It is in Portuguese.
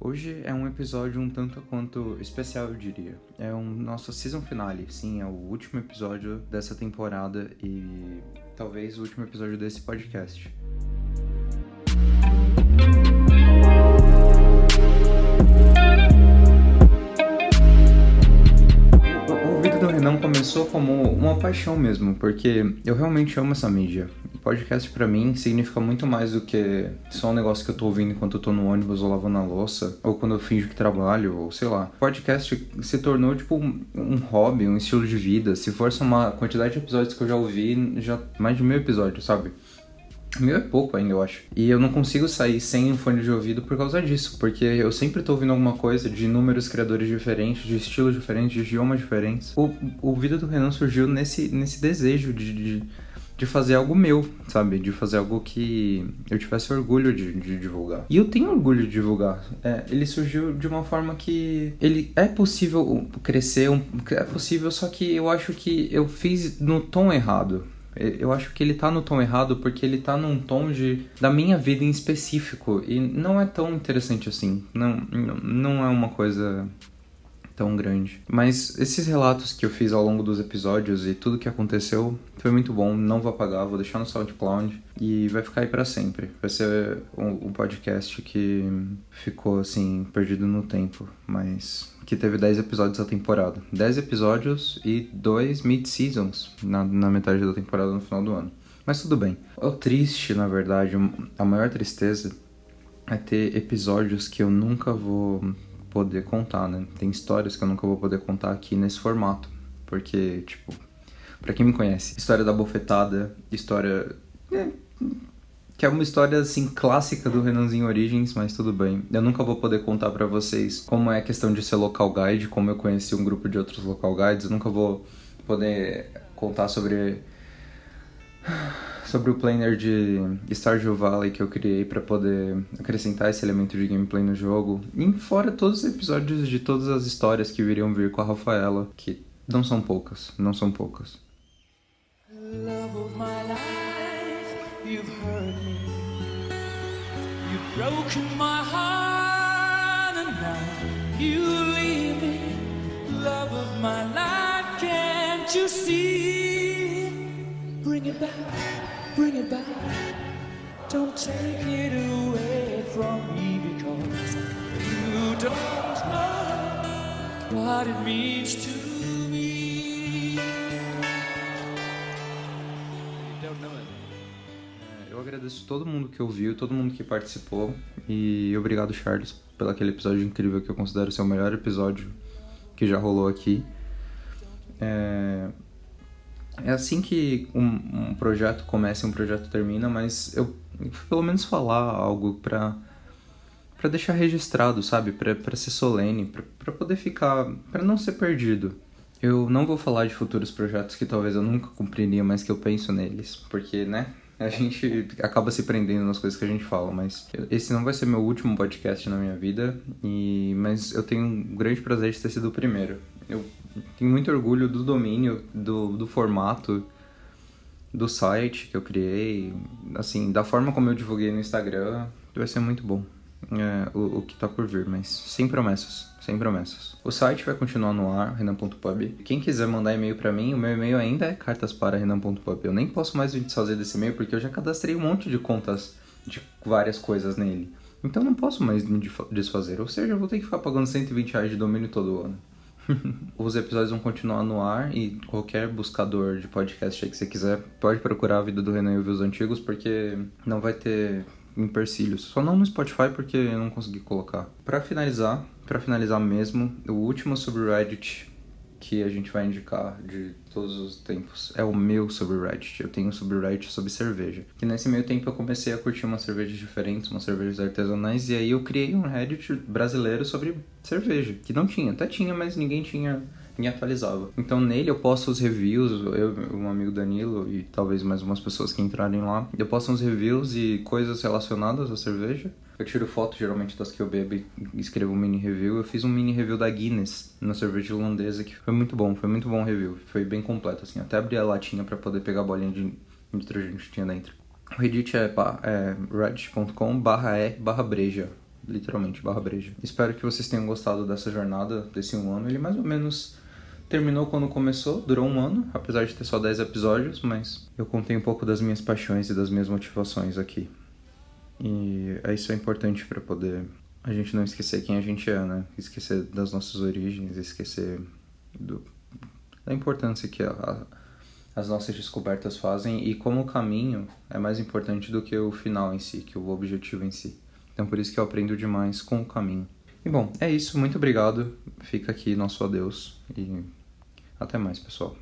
Hoje é um episódio um tanto quanto especial, eu diria. É um nosso season finale, sim, é o último episódio dessa temporada e talvez o último episódio desse podcast. O vídeo do Renan começou como uma paixão mesmo, porque eu realmente amo essa mídia. O podcast pra mim significa muito mais do que só um negócio que eu tô ouvindo enquanto eu tô no ônibus ou lavando a louça, ou quando eu finjo que trabalho, ou sei lá. O podcast se tornou tipo um hobby, um estilo de vida. Se for somar a quantidade de episódios que eu já ouvi, já mais de 1000 episódios, sabe? 1000 é pouco ainda, eu acho. E eu não consigo sair sem um fone de ouvido por causa disso, porque eu sempre tô ouvindo alguma coisa de inúmeros criadores diferentes, de estilos diferentes, de idiomas diferentes. O Vida do Renan surgiu nesse desejo de fazer algo meu, sabe? De fazer algo que eu tivesse orgulho de divulgar. E eu tenho orgulho de divulgar. Ele surgiu de uma forma que ele é possível crescer, é possível, só que eu acho que eu fiz no tom errado. Eu acho que ele tá no tom errado porque ele tá num tom da minha vida em específico e não é tão interessante assim, não é uma coisa tão grande. Mas esses relatos que eu fiz ao longo dos episódios e tudo que aconteceu foi muito bom, não vou apagar, vou deixar no SoundCloud e vai ficar aí pra sempre. Vai ser um podcast que ficou assim, perdido no tempo, mas que teve 10 episódios da temporada. 10 episódios e 2 mid-seasons na metade da temporada no final do ano. Mas tudo bem. O triste, na verdade, a maior tristeza é ter episódios que eu nunca vou poder contar, né? Tem histórias que eu nunca vou poder contar aqui nesse formato. Porque, tipo, pra quem me conhece, história da bofetada, história... que é uma história, assim, clássica do Renanzinho Origins, mas tudo bem. Eu nunca vou poder contar pra vocês como é a questão de ser local guide, como eu conheci um grupo de outros local guides. Eu nunca vou poder contar sobre o planner de Stardew Valley que eu criei pra poder acrescentar esse elemento de gameplay no jogo. E fora todos os episódios de todas as histórias que viriam vir com a Rafaela, que não são poucas. Love of my life, you've hurt me. You've broken my heart and now you leave me. Love of my life, can't you see? Bring it back, bring it back. Don't take it away from me because you don't know what it means to me. You don't know it. Eu agradeço todo mundo que ouviu, todo mundo que participou e obrigado, Charles, pelo aquele episódio incrível que eu considero ser o melhor episódio que já rolou aqui. É assim que um projeto começa e um projeto termina, mas eu pelo menos falar algo pra deixar registrado, sabe? Pra ser solene, pra poder ficar... pra não ser perdido. Eu não vou falar de futuros projetos que talvez eu nunca cumpriria, mas que eu penso neles, porque, né? A gente acaba se prendendo nas coisas que a gente fala, mas esse não vai ser meu último podcast na minha vida, mas eu tenho um grande prazer de ter sido o primeiro. Eu tenho muito orgulho do domínio, do formato, do site que eu criei, assim, da forma como eu divulguei no Instagram, vai ser muito bom. O que tá por vir, mas sem promessas. O site vai continuar no ar, renan.pub. Quem quiser mandar e-mail pra mim, o meu e-mail ainda é cartaspara@renan.pub. Eu nem posso mais me desfazer desse e-mail porque eu já cadastrei um monte de contas de várias coisas nele. Então não posso mais me desfazer, ou seja, eu vou ter que ficar pagando R$120 de domínio todo ano. Os episódios vão continuar no ar e qualquer buscador de podcast aí que você quiser pode procurar a vida do Renan e ouvir os antigos, porque não vai ter empecilhos. Só não no Spotify porque eu não consegui colocar. Pra finalizar mesmo, o último subreddit que a gente vai indicar de todos os tempos é o meu subreddit. Eu tenho um subreddit sobre cerveja. E nesse meio tempo eu comecei a curtir umas cervejas diferentes, umas cervejas artesanais, e aí eu criei um Reddit brasileiro sobre cerveja, que não tinha, até tinha, mas ninguém atualizava. Então nele eu posto os reviews, eu, um amigo Danilo e talvez mais umas pessoas que entrarem lá, eu posto uns reviews e coisas relacionadas à cerveja. Eu tiro foto geralmente das que eu bebo e escrevo um mini review. Eu fiz um mini review da Guinness, na cerveja holandesa, que foi muito bom o review. Foi bem completo, assim. Até abri a latinha pra poder pegar a bolinha de detergente que tinha dentro. O Reddit é reddit.com/e/breja. literalmente, /breja. Espero que vocês tenham gostado dessa jornada, desse 1 ano. Ele mais ou menos terminou quando começou, durou 1 ano, apesar de ter só 10 episódios, mas eu contei um pouco das minhas paixões e das minhas motivações aqui. E isso é importante para poder a gente não esquecer quem a gente é, né? Esquecer das nossas origens, esquecer da importância que as nossas descobertas fazem e como o caminho é mais importante do que o final em si, que o objetivo em si. Então por isso que eu aprendo demais com o caminho. E bom, é isso, muito obrigado. Fica aqui nosso adeus e até mais, pessoal.